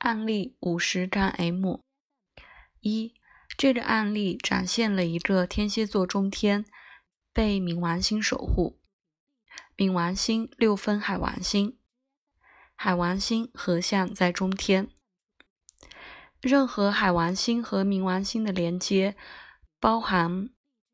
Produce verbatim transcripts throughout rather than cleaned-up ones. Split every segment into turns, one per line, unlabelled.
案例五十占 M。 一、这个案例展现了一个天蝎座中天被冥王星守护。冥王星六分海王星，海王星合相在中天。任何海王星和冥王星的连接，包含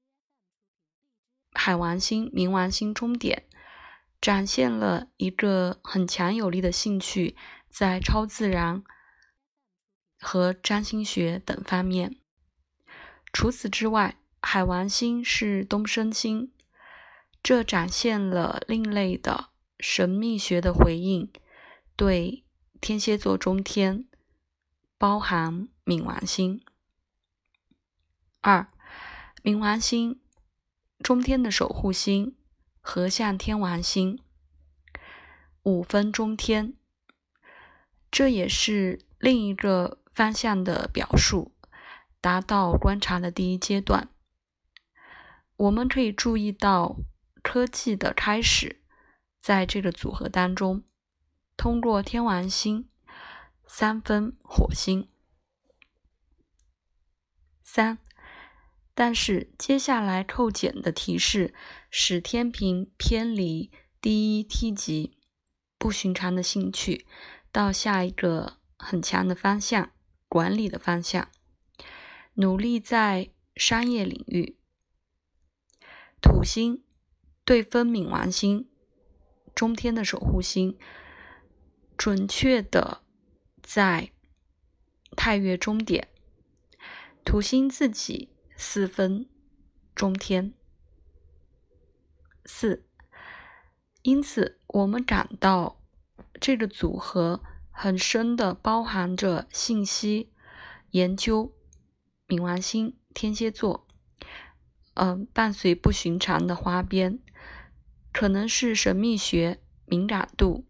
海王星、冥王星中点，展现了一个很强有力的兴趣在超自然和占星学等方面。除此之外，海王星是东升星，这展现了另类的神秘学的回应，对天蝎座中天，包含冥王星。二、冥王星中天的守护星合相天王星，五分中天，这也是另一个方向的表述，达到观察的第一阶段。我们可以注意到科技的开始在这个组合当中，通过天王星三分火星。三、但是接下来扣减的提示使天平偏离第一梯级不寻常的兴趣，到下一个很强的方向，管理的方向，努力在商业领域。土星对分冥王星中天的守护星，准确的在太月中点，土星自己四分中天。四、因此我们感到这个组合很深的包含着信息研究。冥王星天蝎座嗯、呃，伴随不寻常的花边，可能是神秘学、敏感度、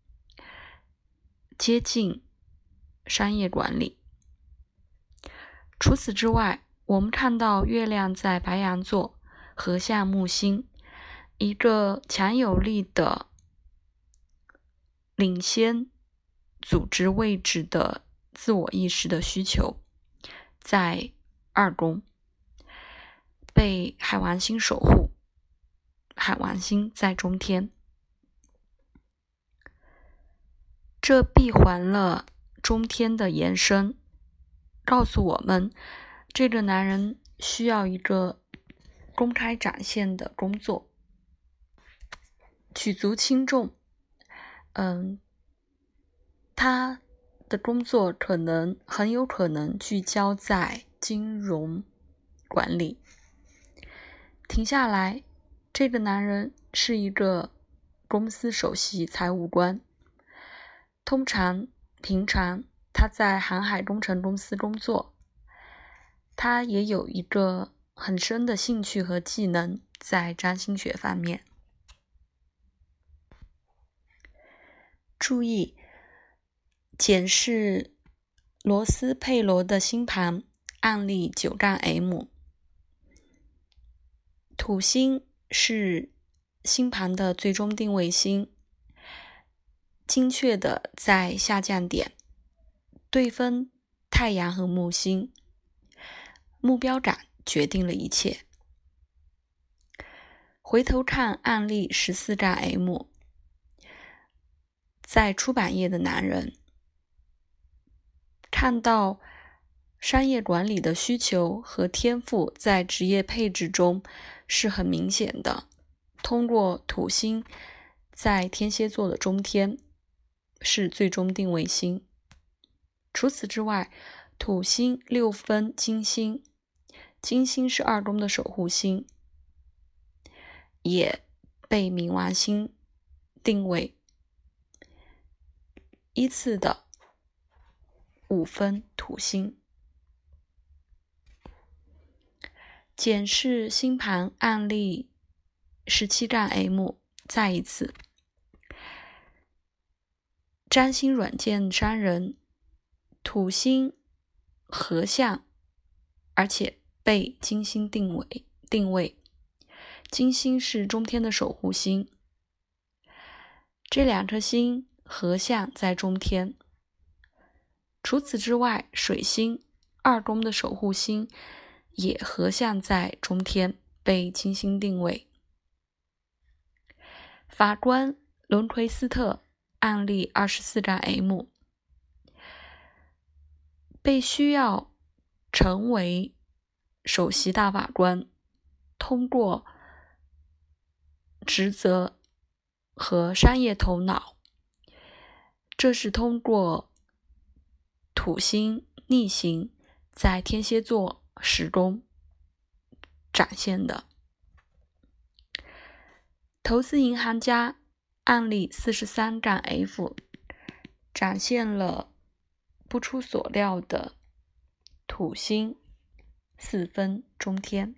接近商业管理。除此之外，我们看到月亮在白羊座合相木星，一个强有力的领先组织位置的自我意识的需求，在二宫被海王星守护，海王星在中天，这闭环了中天的延伸，告诉我们这个男人需要一个公开展现的工作，举足轻重。嗯，他的工作可能很有可能聚焦在金融管理。停下来，这个男人是一个公司首席财务官，通常平常他在航海工程公司工作，他也有一个很深的兴趣和技能在占星学方面。注意检视罗斯佩罗的星盘案例 九 M。 土星是星盘的最终定位星，精确的在下降点对分太阳和木星，目标感决定了一切。回头看案例 十四 M， 在出版业的男人，看到商业管理的需求和天赋在职业配置中是很明显的，通过土星在天蝎座的中天是最终定位星。除此之外，土星六分金星，金星是二宫的守护星，也被冥王星定位，依次的五分土星。检视星盘案例 十七 M， 再一次，占星软件商人，土星合相，而且被金星定位定位，金星是中天的守护星，这两颗星合相在中天， 除此之外，水星二宫的守护星也合相在中天，被金星定位。法官伦奎斯特案例二十四站 M， 被需要成为首席大法官，通过职责和商业头脑，这是通过土星逆行在天蝎座时宫展现的。投资银行家案例四十三站 F， 展现了不出所料的土星四分中天。